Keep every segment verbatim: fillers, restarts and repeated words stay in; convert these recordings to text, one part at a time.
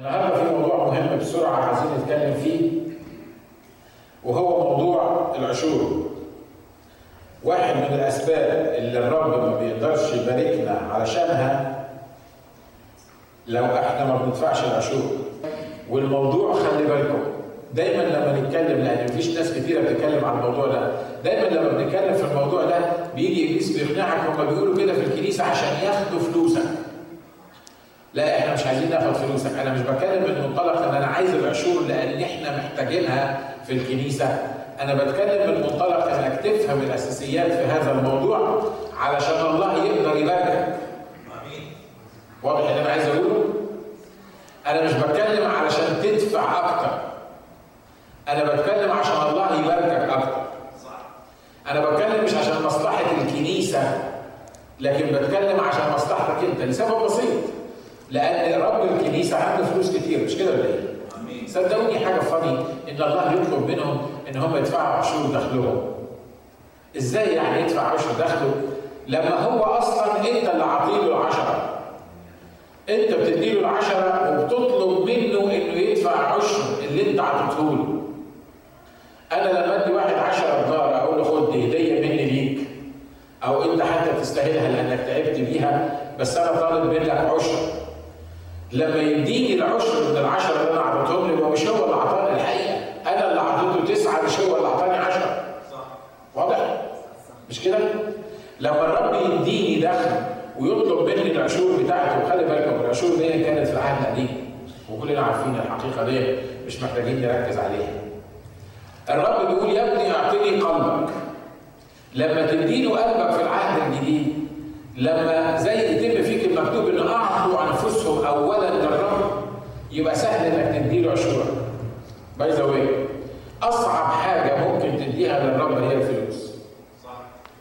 النهارده في موضوع مهم بسرعه عايزين نتكلم فيه، وهو موضوع العشور. واحد من الاسباب اللي الرب ما بيقدرش يباركنا علشانها لو احنا ما بندفعش العشور. والموضوع خلي بالكم دايما لما نتكلم، لان مفيش ناس كتيره بتتكلم عن الموضوع ده، دايما لما بنتكلم في الموضوع ده بيجي ابليس بيقنعك، هم بيقولوا كده في الكنيسه عشان ياخدوا فلوسك. لا، احنا مش عايزين ناخد فلوسك، انا مش بتكلم من منطلق ان انا عايز العشور لان احنا محتاجينها في الكنيسه، انا بتكلم من منطلق انك تفهم الاساسيات في هذا الموضوع علشان الله يقدر يباركك. واضح اللي انا عايز اقوله؟ انا مش بتكلم علشان تدفع اكتر، انا بتكلم عشان الله يباركك اكتر. انا بتكلم مش عشان مصلحه الكنيسه، لكن بتكلم عشان مصلحتك انت لسبب بسيط، لان رب الكنيسه عنده فلوس كتير، مش كده ولا ايه؟ امين. صدقوني حاجه فاني ان الله يطلب منهم ان هم يدفعوا عشور دخلهم. ازاي يعني يدفع عشور دخله لما هو اصلا انت اللي عاطيله العشره؟ انت بتديله العشره وبتطلب منه انه يدفع عشر اللي انت عطيته له. انا لما ادي واحد عشرة دولار اقول له خد دي هديه مني ليك، او انت حتى تستاهلها لانك تعبت بيها، بس انا طالب منك عشر. لما يديني العشر من العشرة اللي انا اعطيتهم له، يبقى مش هو اللي اعطاني الحقيقه، انا اللي اعطيته تسعه، مش هو اللي اعطاني عشرة. صح. واضح؟ مش كده؟ لما الرب يديني دخل ويطلب مني العشور بتاعته، وخلي بالكم العشور دي كانت في العهد القديم وكلنا عارفين الحقيقه دي، مش محتاجين نركز عليها. الرب بيقول يا ابني اعطني قلبك. لما تديله قلبك في العهد الجديد، لما زي يتم فيك المكتوب ان اعطوا انفسهم اولا للرب، يبقى سهل انك تديله عشورك. باي ذا واي، اصعب حاجه ممكن تديها للرب هي الفلوس. صح.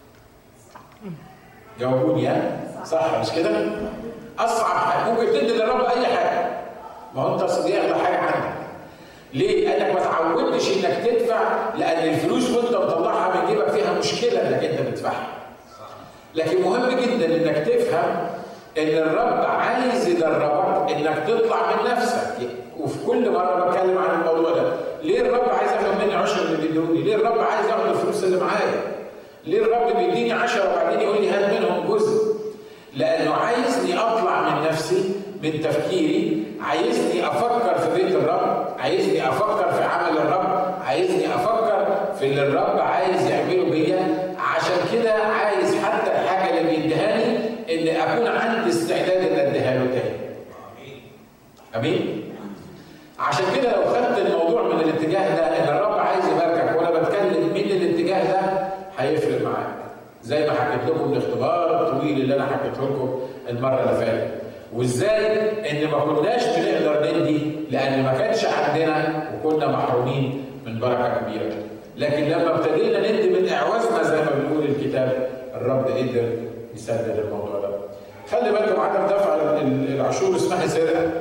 جاوبوني ها؟ صح مش كده؟ اصعب حاجه ممكن تدي للرب اي حاجه. ما هو انت اصل دي اغلى حاجه عندك. ليه؟ لانك ما تعودتش انك تدفع، لان الفلوس وانت مطلعها من جيبك فيها مشكله انك انت تدفعها. لكن مهم جدا انك تفهم ان الرب عايز يدربك انك تطلع من نفسك. وفي كل مره بتكلم عن الموضوع ده، ليه الرب عايز ياخد مني عشرة اللي بيدوني؟ ليه الرب عايز ياخد الفلوس اللي معايا؟ ليه الرب بيديني عشرة وبعدين يقول لي هات منهم جزء؟ لانه عايزني اطلع من نفسي، من تفكيري، عايزني افكر في بيت الرب، عايزني افكر في عمل الرب، عايزني افكر في اللي الرب عايز يعمله بيا. عشان كده عايز حتى الحاجه اللي بيديهاني ان اكون عندي استعداد ان اديها له تاني. امين. امين. عشان كده لو خدت الموضوع من الاتجاه ده ان الرب عايز يباركك، وانا بتكلم من الاتجاه ده، هيفرق معاك. زي ما حكيت لكم الاختبار الطويل اللي انا حكيته لكم المره اللي فاتت، وازاي ان ما كناش بنقدر ندي لان ما كانش عندنا وكنا محرومين من بركه كبيره. لكن لما ابتدينا ندي من اعوازنا زي ما بيقول الكتاب، الرب قدر يسدد الموضوع ده. خلي بالكم عدم دفع العشور اسمها سرقه.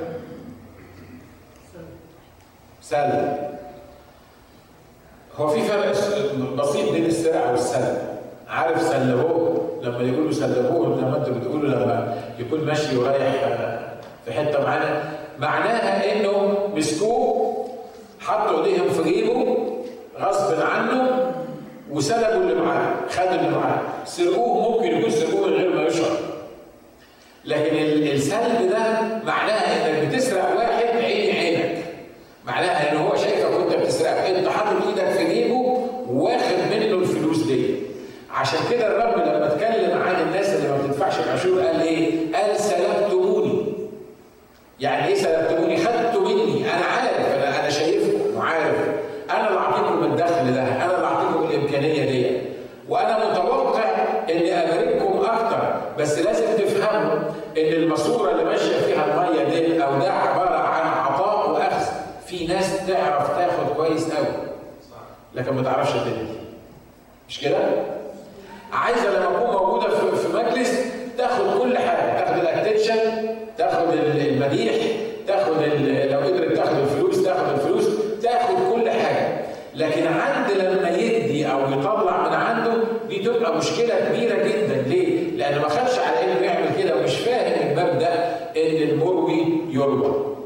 سلب. هو في فرق بسيط بين السرقه والسلب. عارف سلبوه؟ لما يقولوا سلبوه زي ما انتوا بتقولوا، لما يكون ماشي ورايح في حته معانا، معناها انه مسكوه حطوا ايديهم في جيبه غصب عنه وسلبوا اللي معاه، خدوا اللي معاه، سرقوه. ممكن يكون سرقوه من غير ما يشعر. لكن السلب ده معناها انك بتسرق واحد عيني عينك، معناها ان هو شايفك وانت بتسرقه، انت حاطط ايدك في جيبه واخد منه الفلوس دي. عشان كده الرب لما اتكلم عن الناس اللي ما بتدفعش العشور قال ايه؟ قال سلبتموني. يعني ايه سلبتموني؟ خدتوا مني، انا عارف، انا انا شايفكم وعارف، انا اللي اعطيكم الدخل ده، انا اللي اعطيكم الامكانيه دي، وانا متوقع اني ابارككم اكتر، بس لازم تفهموا ان الماسوره اللي ماشيه فيها الميه دي او ده عباره عن عطاء واخذ. في ناس تعرف تاخد كويس قوي لكن ما تعرفش تدي، مش كده؟ عايزه لما اكون موجوده في مجلس تاخد كل حاجه، تاخد الاتنشن، تاخد المديح، تاخد لو قدرت تاخد الفلوس تاخد الفلوس، تاخد كل حاجه. لكن عند لما يدي او يطلع من عنده دي تبقى مشكله كبيره جدا. ليه؟ لان ما خدش على انه يعمل كده ومش فاهم المبدا ان المروي يروى.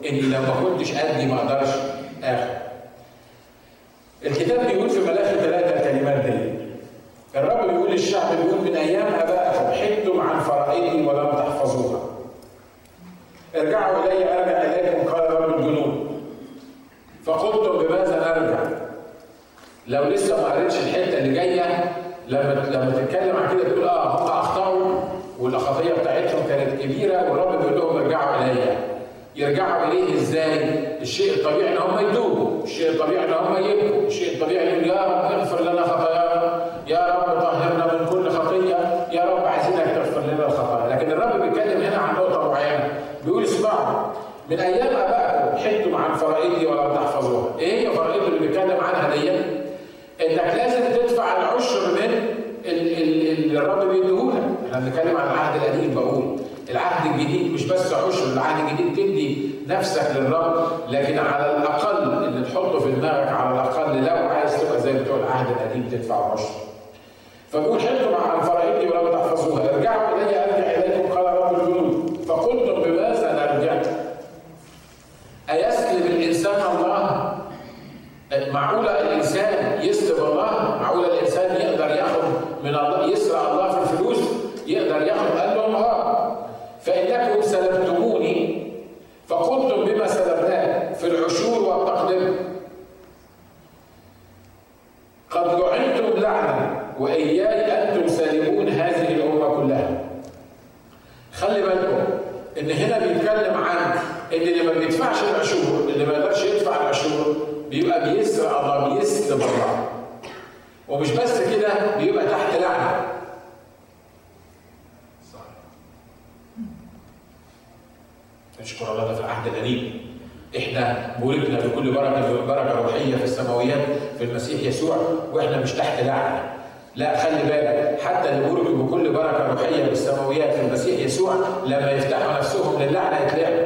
اني لو ما كنتش ادي ما اقدرش اخد. الكتاب بيقول في ملاخي ثلاثه الكلمات دي. الرب بيقول للشعب، بيقول من ايام ابائكم حدتم عن فرائضي ولم تحفظوها. ارجعوا الي ارجع اليكم قال رب الجنود. فقلتم بماذا نرجع؟ لو لسه ما قريتش الحته اللي جايه، لما لما تتكلم عن كده تقول اه هم اخطاوا والخطيه بتاعتهم كانت كبيره، والرب بيقول لهم ارجعوا الي. يرجعوا اليه ازاي؟ الشيء الطبيعي ان هم يتوبوا، الشيء الطبيعي ان هم يبكوا، الشيء الطبيعي يقول يا رب اغفر لنا خطايانا، يا رب طهرنا من كل خطيه، يا رب عايزينك تغفر لنا الخطايا. لكن الرب بيتكلم هنا عن نقطه معينه، بيقول اسمعوا من ايام ابائكم حدتم عن فرائضي ولم تحفظوها. ايه هي فرائض اللي بيتكلم عنها دي؟ انك لازم تدفع العشر من اللي الرب بيديهولك. احنا بنتكلم عن العهد القديم، بقول العهد الجديد مش بس عشر، العهد الجديد تدي نفسك للرب، لكن على الاقل اللي تحطه في دماغك على الاقل لو عايز تبقى زي بتوع العهد القديم تدفع عشر. فبقول حدتم عن فرائضي ولم تحفظوها، ارجعوا الي ارجع اليكم قال رب الجنود. فقلتم بماذا نرجع؟ ايسلب الانسان الله؟ معقوله الانسان يسلب الله؟ معقوله الانسان يقدر ياخد من الله، يسرق الله في الفلوس؟ يقدر ياخد؟ قال لهم اه فانكم سلبتموني فقلتم بما سلبناه في العشور والتقدمه. قد لعنتم لعنه واياي انتم سالبون هذه الامه كلها. خلي بالكم ان هنا بيتكلم عن ان اللي ما بيدفعش العشور، اللي ما يقدرش يدفع العشور بيبقى بيسرق الله، بيسلب الله. ومش بس كده، بيبقى تحت لعنه. نشكر الله ده في العهد القديم. احنا بوركنا بكل بركه بركه روحيه في السماويات في المسيح يسوع، واحنا مش تحت لعنه. لا خلي بالك، حتى اللي بوركوا بكل بركه روحيه في السماويات في المسيح يسوع لما يفتحوا نفسهم للعنه يتلعنوا.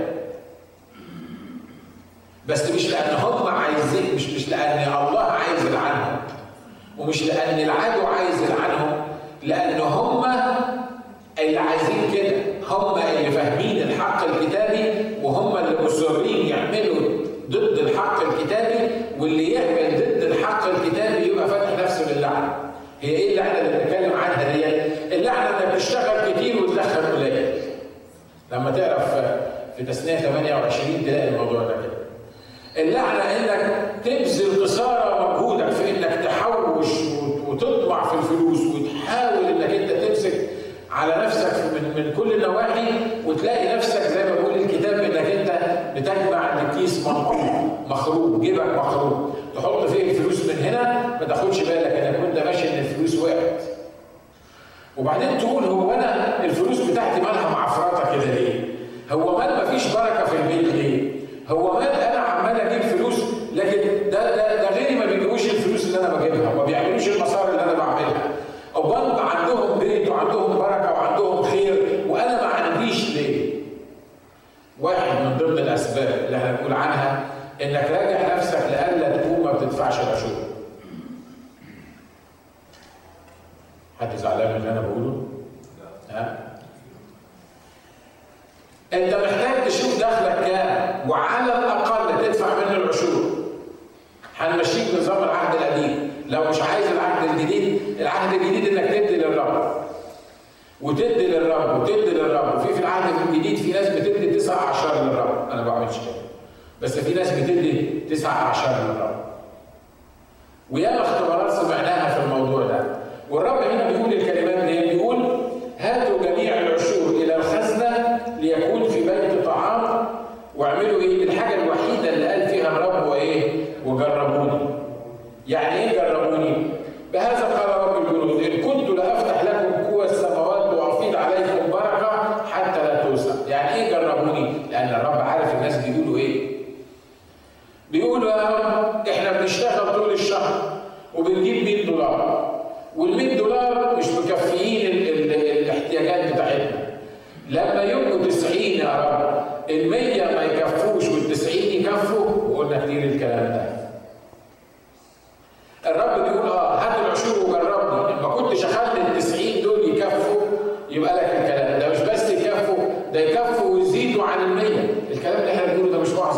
بس مش لان هم عايزين، مش مش لان الله عايز يلعنهم، ومش لان العدو عايز يلعنهم، لان هم اللي عايزين كده، هم اللي فاهمين الحق الكتابي، وهم اللي مصرين يعملوا ضد الحق الكتابي، واللي يعمل ضد الحق الكتابي يبقى فاتح نفسه للعنه. هي ايه اللعنه اللي بنتكلم عنها دي؟ اللعنه انك تشتغل كتير وتدخل قليل. لما تعرف في تثنية ثمانية وعشرين تلاقي الموضوع ده كده. اللعنه انك تبذل قصارى مجهودك في انك تحوش وتطمع في الفلوس، وتحاول انك انت تمسك على نفسك من من كل النواحي، وتلاقي نفسك زي ما بيقول الكتاب انك انت بتجمع لكيس منقوم مخروم، جيبك مخروم، تحط فيه الفلوس من هنا ما تاخدش بالك انك كنت ماشي ان الفلوس وقعت. وبعدين تقول هو انا الفلوس بتاعتي مالها معفرطه كده ليه؟ هو مال مفيش بركه في البيت ليه؟ هو مال انا عمال اجيب فلوس، لكن ده ده ده غيري ما بيجيبوش الفلوس اللي انا بجيبها، وما بيعملوش المسار اللي انا بعملها. أوبان عندهم بيت وعندهم بركه وعندهم خير، وانا ما عنديش ليه؟ واحد من ضمن الاسباب اللي احنا بنقول عنها انك راجع نفسك لألا تكون ما بتدفعش العشور. حد زعلان من اللي انا بقوله؟ ها؟ انت محتاج تشوف دخلك كام، وعلى الاقل تدفع منه العشور. هنمشيك بنظام العهد القديم. لو مش عايز العهد الجديد، العهد الجديد انك تدي للرب وتدي للرب وتدي للرب. وفي في العهد الجديد في ناس بتدي تسع اعشار للرب، انا ما بعملش كده، بس في ناس بتدي تسع اعشار للرب. وياما اختبارات سمعناها في الموضوع ده. والرب هنا بيقول الكلمات دي، بيقول هاتوا جميع العشور الى الخزنه ليكون في بيت طعام، واعملوا ايه؟ الحاجه الوحيده اللي قال فيها الرب وايه؟ وجربوني. يعني ايه جربوني؟ بهذا قال رب الجنود ان كنت لافتح لكم قوى السماوات وافيض عليكم بركه حتى لا توسع. يعني ايه جربوني؟ لان الرب عارف الناس بيقولوا ايه. بيقولوا يا رب احنا بنشتغل طول الشهر وبنجيب مية دولار، وال مية دولار مش مكفيين ال ال الاحتياجات بتاعتنا. لما يبقوا تسعين يا رب، ال مية ما يكفوش والتسعين يكفوا، وقلنا كتير الكلام ده. الرب بيقول اه هات العشور وجربني، ان ما كنتش اخلي التسعين دول يكفوا يبقى لك الكلام ده. مش بس يكفوا، ده يكفوا ويزيدوا عن المية. الكلام اللي احنا بنقوله ده مش وعظ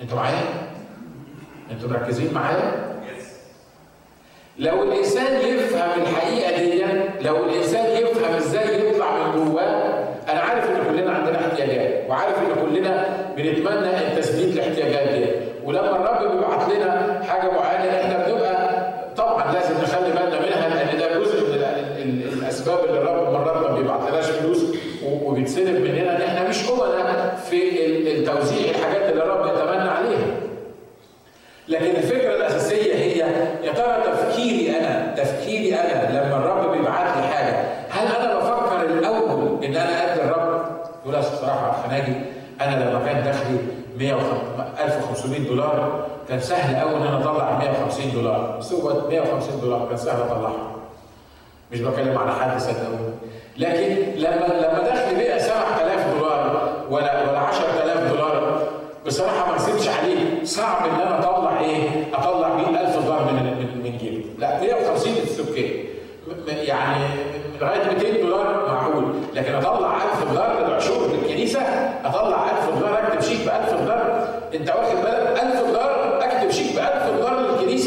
انتوا معايا؟ انتوا مركزين معايا؟ لو الانسان يفهم الحقيقه دي، لو الانسان يفهم ازاي يطلع من جواه، انا عارف ان كلنا عندنا احتياجات، وعارف ان كلنا بنتمنى تسديد الاحتياجات دي، ولما الرب بيبعت لنا حاجه معينه احنا بنبقى طبعا لازم نخلي بالنا منها، لان ده جزء من الاسباب اللي الرب مرات ما بيبعتلناش فلوس وبيتسلب مننا ان احنا مش امنا في التوزيع الحاجات اللي الرب يتمنى عليها. لكن الفكره الاساسيه هي يا ترى تفكيري انا تفكيري انا لما الرب بيبعت لي حاجه، هل انا بفكر الاول ان انا ادي الرب؟ يقول الصراحه خناجي انا لما كان دخلي ألف وخمسمائة دولار كان سهل قوي ان انا اطلع مائة وخمسين دولار، سوى مائة وخمسين دولار كان سهل اطلعها. مش بكلم على حد صدقوني، لكن لما لما دخلي بقى سبعة آلاف دولار ولا ولا عشرة آلاف دولار بصراحه ما نسيتش عليه، صعب ان انا اطلع ايه؟ اطلع مئة ألف دولار من من من جيبي، لا مائة وخمسين اوكي، يعني لغايه مئتين دولار معقول، لكن اطلع ألف دولار للعشور للكنيسه، اطلع ألف دولار اكتب شيك ب ألف دولار، انت واخد بالك؟ ألف دولار اكتب شيك ب ألف دولار للكنيسه؟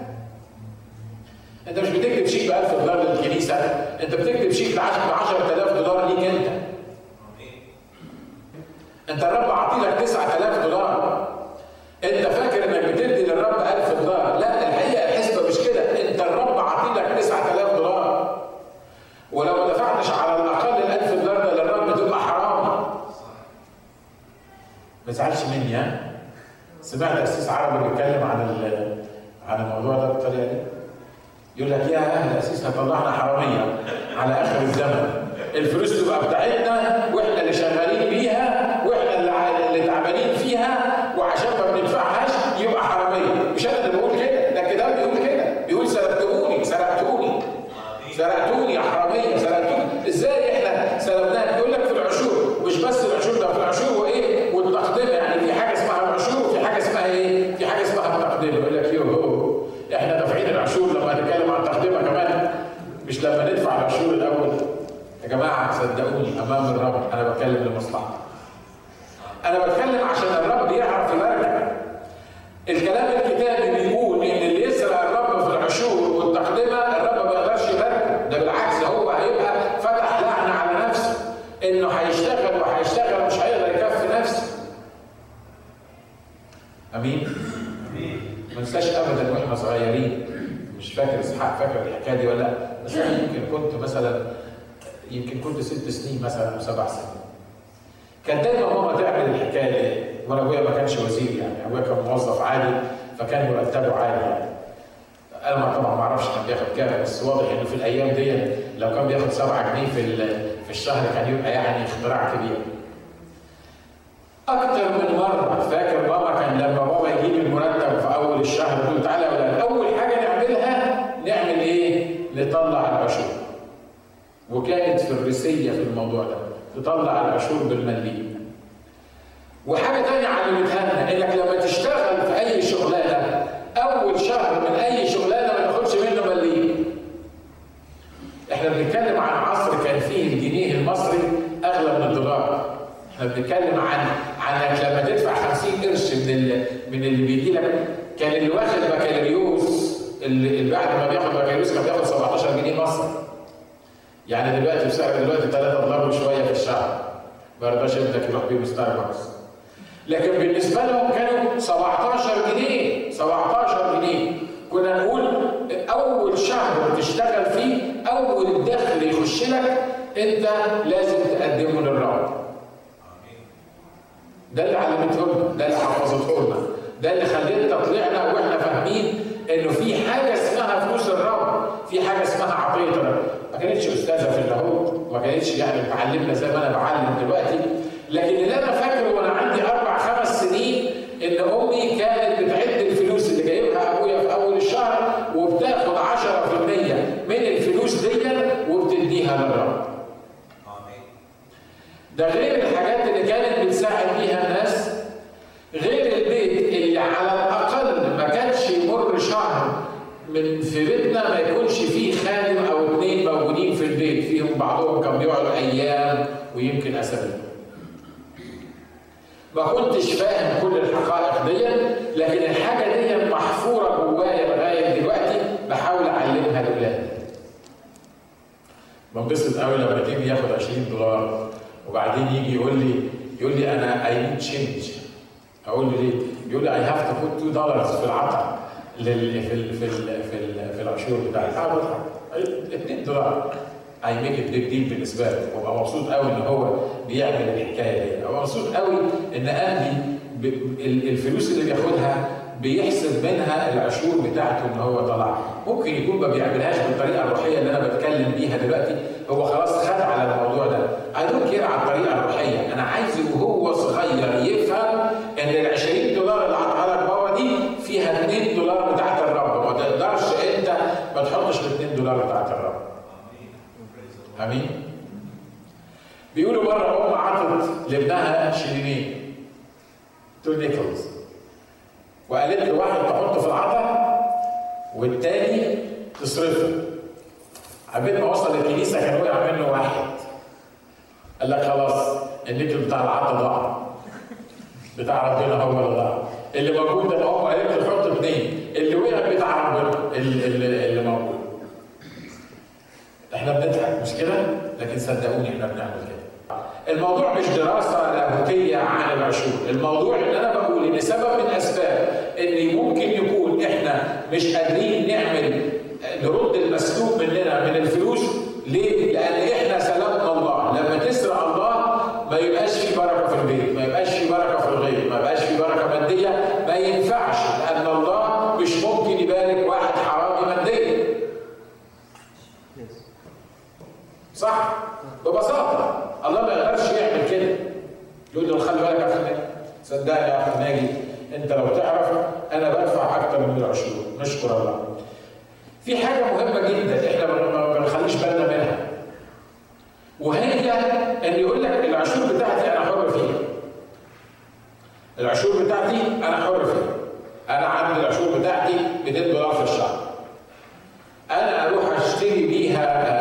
انت مش بتكتب شيك ب ألف دولار للكنيسه، انت بتكتب شيك ب عشرة آلاف دولار ليك انت. انت الرب عطيلك تسعة آلاف دولار، انت فاكر انك بتدي للرب ألف دولار، لا الحقيقه الحسبه مش كده، انت الرب عطيلك تسعة آلاف دولار، ولو ما دفعتش على الاقل ال ألف دولار ده للرب تبقى حرام. ما تزعلش مني ها؟ سمعت قسيس عربي بيتكلم عن عن الموضوع ده بالطريقه دي، يقول لك يا اهل القسيس هطلعنا حراميه على اخر الزمن، الفلوس تبقى بتاعتنا واحنا اللي شغالين بيها واحنا اللي اللي تعبانين فيها، وعشان ما بندفعهاش يبقى حراميه. مش انا اللي بقول كده، ده كده بيقول كده، بيقول سرقتوني سرقتوني سرقتوني يا حراميه سرقتوني. ازاي احنا سرقناك؟ يقول لك في العشور، مش بس العشور، ده في العشور وايه؟ والتقدمه، يعني في حاجه اسمها العشور وفي حاجه اسمها ايه؟ في حاجه اسمها التقدمه. يقول لك يوه احنا دافعين العشور لما نتكلم عن التقدمه كمان، مش لما ندفع العشور الاول. يا جماعه صدقوني امام الرب انا بتكلم لمصلحتي. انا بتكلم عشان الرب يعرف يبارك. الكلام الكتابي بيقول ان اللي يسرق الرب في العشور والتقدمه الرب ما يقدرش يباركه، ده بالعكس هو هيبقى فتح لعنه على نفسه، انه هيشتغل وهيشتغل مش هيقدر يكفي نفسه. امين؟ امين. ما ننساش ابدا واحنا صغيرين، مش فاكر اسحاق فاكر الحكايه دي ولا لا، بس انا يمكن كنت مثلا يمكن كنت ست سنين مثلا او سبع سنين. كانت دايما ماما تعمل الحكايه دي، وانا ابويا ما كانش وزير، يعني ابويا كان موظف عادي فكان مرتبه عالي يعني. انا طبعا ما اعرفش كان بياخد كام، بس واضح انه في الايام دي لو كان بياخد سبعة جنيه في في الشهر كان يبقى يعني اختراع كبير. اكتر من مره فاكر بابا كان لما بابا يجيب المرتب في اول الشهر يقول تعالى يا ولاد اول حاجه نعملها نعمل ايه؟ نطلع العشور. وكانت فريسيه في الموضوع ده، تطلع العشور بالمليم. وحاجه ثانيه علمتها لنا انك لما تشتغل في اي شغلانه اول شهر من اي شغلانه ما تاخدش منه مليم. احنا بنتكلم عن عصر كان فيه الجنيه المصري اغلى من الدولار. احنا بنتكلم عن عن انك لما تدفع خمسين قرش من من اللي بيجي لك، كان اللي واخد بكالوريوس اللي بعد ما بياخد بكالوريوس كان بياخد سبعتاشر جنيه مصري. يعني دلوقتي بسعر دلوقتي ثلاثة دولار وشويه في الشهر. ما رضاش ابنك يروح بيه ستاربكس. لكن بالنسبه لهم كانوا سبعتاشر جنيه، سبعتاشر جنيه. كنا نقول اول شهر بتشتغل فيه اول دخل يخش لك انت لازم تقدمه للرب. ده اللي علمته لنا، ده اللي حفظته لنا، ده اللي خلينا طلعنا واحنا فاهمين انه في حاجه اسمها فلوس الرب، في حاجه اسمها عطيه الرب. ما كانتش استاذه في اللاهوت، ما كانتش يعني بتعلمنا زي ما انا بعلم دلوقتي، لكن اللي انا فاكره وانا عندي اربع خمس سنين ان امي كانت بتعد الفلوس اللي جايبها ابويا في اول الشهر وبتاخد عشرة في المية من الفلوس دي وبتديها للرب. ده غير الحاجات اللي كانت بتساعد بيها الناس، غير البيت اللي على الاقل ما كانش يمر شهر من في بيتنا ما يكونش فيه خادم او اثنين موجودين في البيت، فيهم بعضهم كان بيقعدوا ايام ويمكن اسابيع. ما كنتش فاهم كل الحقائق دي، لكن الحاجه دي محفوره جوايا لغايه دلوقتي بحاول اعلمها لاولادي. بنبسط قوي لما تيجي ياخد عشرين دولار وبعدين يجي يقول لي يقول لي انا اي نيد تشينج. اقول له ليه؟ يقول لي اي هاف تو بوت اتنين دولار في العطا لل في ال في ال في, ال في العشور بتاعتي. اقعد اضحك اتنين دولار اي ميك ات بيج ديل بالنسبه له، وابقى مبسوط قوي ان هو بيعمل الحكايه دي، ابقى مبسوط قوي ان قلبي الفلوس اللي بياخدها بيحسب منها العشور بتاعته ان هو طلع. ممكن يكون ما بيعملهاش بالطريقه الروحيه اللي انا بتكلم بيها دلوقتي، هو خلاص خد على الموضوع ده. اي دونت كير على الطريقه الروحيه، انا عايزه وهو صغير يفهم ان ال عشرين دولار اللي عطاها لك بابا دي فيها اتنين دولار بتاعت الرب، ما تقدرش انت ما تحطش ال اتنين دولار بتاعت الرب. امين؟ بيقولوا مره ام عطت لابنها شيلينين تو نيكلز، وقالت له واحد تحطه في العطا والتاني تصرفه. عبين ما وصل الكنيسه كان وقع منه واحد، قال لك خلاص النيكل بتاع العطا ضاع، بتاع ربنا هو اللي ضاع، اللي موجود ده الام قالت له حط اثنين، اللي وقع بتاع ربنا اللي, اللي موجود. احنا بنضحك مش كده؟ لكن صدقوني احنا بنعمل كده. الموضوع مش دراسه لاهوتيه عن العشور، الموضوع ان انا بقول ان سبب من اسباب ان ممكن يكون احنا مش قادرين نعمل نرد المسلوب مننا من الفلوس. ليه؟ لان احنا سلبنا الله. لما تسرق الله ما يبقاش في بركه في البيت، ما يبقاش في بركه في الغيط، ما يبقاش في بركه ماديه، ما ينفعش، لان الله مش ممكن يبارك واحد حرامي ماديا. صح؟ ببساطه الله ما يقدرش يعمل كده. يقول له خلي بالك يا اخي ناجي، صدقني يا اخي ناجي انت لو تعرف انا بدفع اكتر من العشور، نشكر الله. في حاجه مهمه جدا احنا ما بنخليش بالنا منها، وهي ان يقول لك العشور بتاعتي انا حر فيها. العشور بتاعتي انا حر فيها. انا عندي العشور بتاعتي مئتين دولار في الشهر. انا اروح اشتري بيها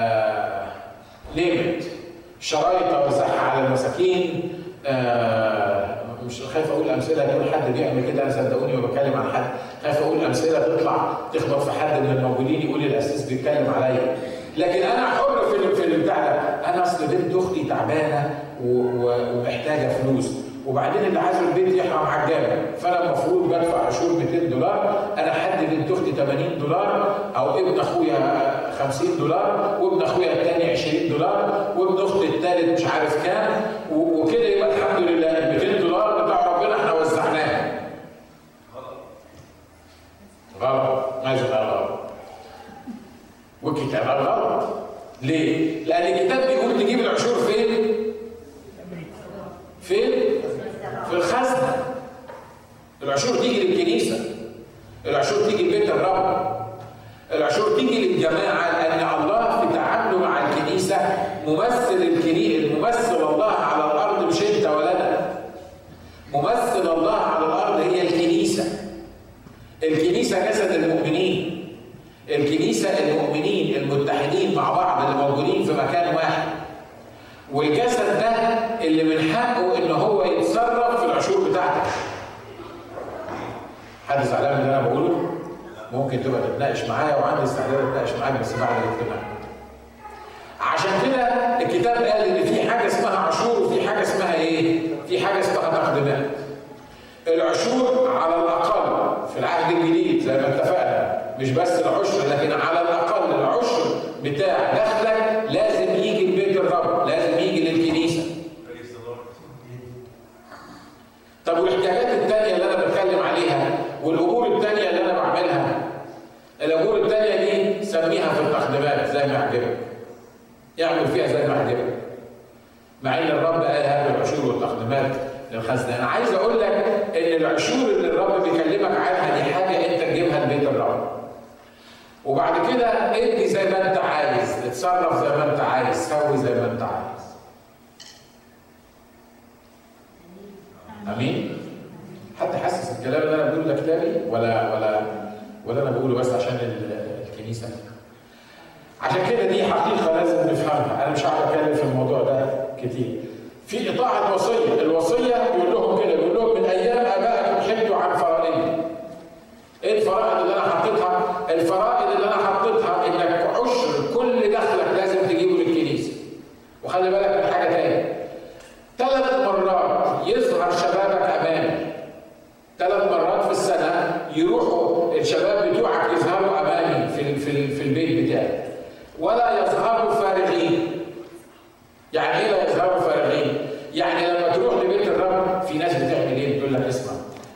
ليمت شرايط اوزعها على المساكين. آه مش خايف اقول امثله، يكون حد بيعمل كده، انا صدقوني ما بتكلم عن حد، خايف اقول امثله تطلع تخبط في حد من الموجودين يقول الاسيس بيتكلم عليا. لكن انا حر في في البتاع ده. انا اصل بنت اختي تعبانه ومحتاجه فلوس، وبعدين اللي عايز البيت يحرم على الجامع، فانا المفروض بدفع عشور مئتين دولار. انا حد بنت اختي ثمانين دولار، او ابن اخويا خمسين دولار، وابن اخويا الثاني عشرين دولار، وابن اختي الثالث مش عارف كام، وكده يبقى الحمد لله ال مئتين دولار بتاع ربنا احنا وزعناها. غلط. ماشي غلط. والكتاب غلط. ليه؟ لأن الكتاب بيقول تجيب العشور فين؟ فين؟ في الخزنة. العشور تيجي للكنيسة. العشور تيجي لبيت الرب. العشور تيجي للجماعة، لأن الله في تعامله مع الكنيسة ممثل الكنيسة، الممثل الله على الأرض مش أنت ولا أنا. ممثل الله على الأرض هي الكنيسة. الكنيسة جسد المؤمنين. الكنيسة المؤمنين المتحدين مع بعض اللي موجودين في مكان واحد. والجسد ده اللي من حقه ان هو يتصرف في العشور بتاعتك. حد زعلان من اللي انا بقوله؟ ممكن تبقى تتناقش معايا، وعندي استعداد اتناقش معاك بس بعد الاجتماع. عشان كده الكتاب قال ان في حاجه اسمها عشور وفي حاجه اسمها ايه؟ في حاجه اسمها تقديمات. العشور على الاقل في العهد الجديد زي ما اتفقنا مش بس العشر، لكن على الاقل العشر بتاع دخلك لازم يجي لبيت الرب، لازم يجي للكنيسه. طب والاحتياجات الثانيه اللي انا بتكلم عليها والامور الثانيه اللي انا بعملها، الامور الثانيه دي سميها في التقديمات زي ما يعجبك. يعمل فيها زي ما يعجبك. مع ان الرب قال هات العشور والتقديمات للخزنه. انا عايز اقول لك ان العشور اللي الرب بيكلمك عنها دي حاجه انت تجيبها لبيت الرب. وبعد كده ادي زي ما انت عايز، اتصرف زي ما انت عايز، سوي زي ما انت عايز. امين؟ حد حاسس الكلام اللي انا بقوله ده كتابي ولا ولا ولا انا بقوله بس عشان الكنيسه؟ عشان كده دي حقيقه لازم نفهمها. انا مش هقعد اتكلم في الموضوع ده كتير. في إطاعة وصية، الوصية بيقول لهم كده، بيقول لهم من أيام آبائكم حدوا عن فرائضي. إيه الفرائض اللي أنا حطيتها؟ الفرائض اللي أنا حطيتها إنك عشر كل دخلك لازم تجيبه للكنيسة. وخلي بالك من حاجة تاني، ثلاث مرات يظهر شبابك أمامي. ثلاث مرات في السنة يروحوا الشباب بتوعك يظهروا أمامي في في في البيت بتاعي. ولا يظهروا فارغين. يعني إيه لا يظهروا فارغين؟ يعني لما تروح لبيت الرب في ناس بتعمل إيه؟ بتقول لك اسمع.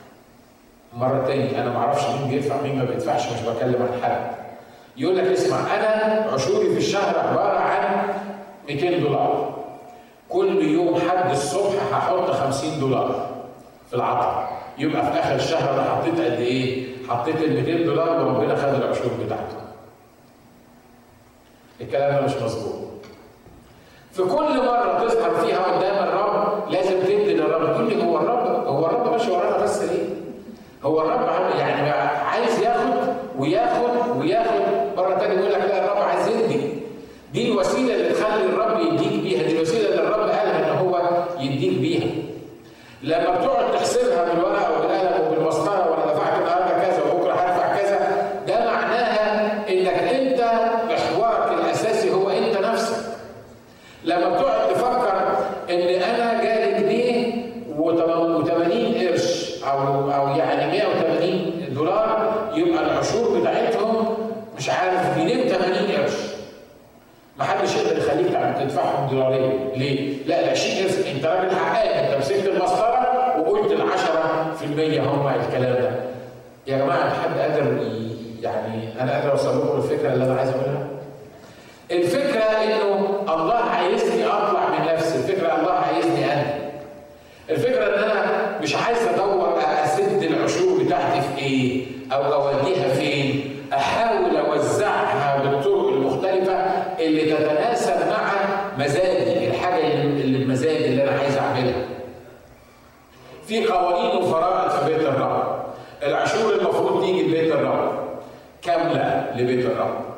مرة تاني أنا ما أعرفش مين بيدفع مين ما بيدفعش، مش بكلم عن حد. يقول لك اسمع، أنا عشوري في الشهر عبارة عن مئتين دولار. كل يوم حد الصبح هحط خمسين دولار في العطا. يبقى في آخر الشهر أنا حطيت قد إيه؟ حطيت ال مئتين دولار وربنا خد العشور بتاعته. الكلام ده مش مظبوط. في كل مرة تظهر فيها قدام الرب لازم تدي للرب. تقول لي هو الرب هو الرب ماشي ورانا بس ليه؟ هو الرب يعني عايز ياخد وياخد وياخد، مرة تانية يقول لك لا الرب عايز يدي. دي الوسيلة اللي تخلي الرب يديك بيها، دي الوسيلة اللي الرب قالها إن هو يديك بيها. لما بتقعد تحسبها بالورقة وبالقلم وبالمسطرة وأنا دفعت النهارده كذا وبكرة هدفع كذا، ده معناها إنك أنت محورك الأساسي هو أنت نفسك. لما بتقعد تفكر إن أنا جالي جنيه وثمانين قرش أو أو يعني مئة وثمانين دولار، يبقى العشور بتاعتهم مش عارف جنيه ثمانين قرش. محدش يقدر يخليك تدفعهم دولارين، ليه؟ لا ال عشرين قرش انت راجل حقاني، انت مسكت المسطره وقلت ال عشرة في المية هم الكلام ده. يا جماعه حد قادر يعني انا قادر اوصل لكم الفكره اللي انا عايز اقولها؟ الفكره انه الله عايزني اطلع من نفسي، الفكره الله عايزني انا. الفكره ان انا مش عايز ادور اسد العشور بتاعتي في ايه او اوديها فين، احاول اوزعها بالطرق المختلفه اللي تتناسب مع مزاجي، الحاجه اللي بمزاجي اللي انا عايز اعملها. في قوانين وفرائض في بيت الرب. العشور المفروض تيجي لبيت الرب كامله لبيت الرب.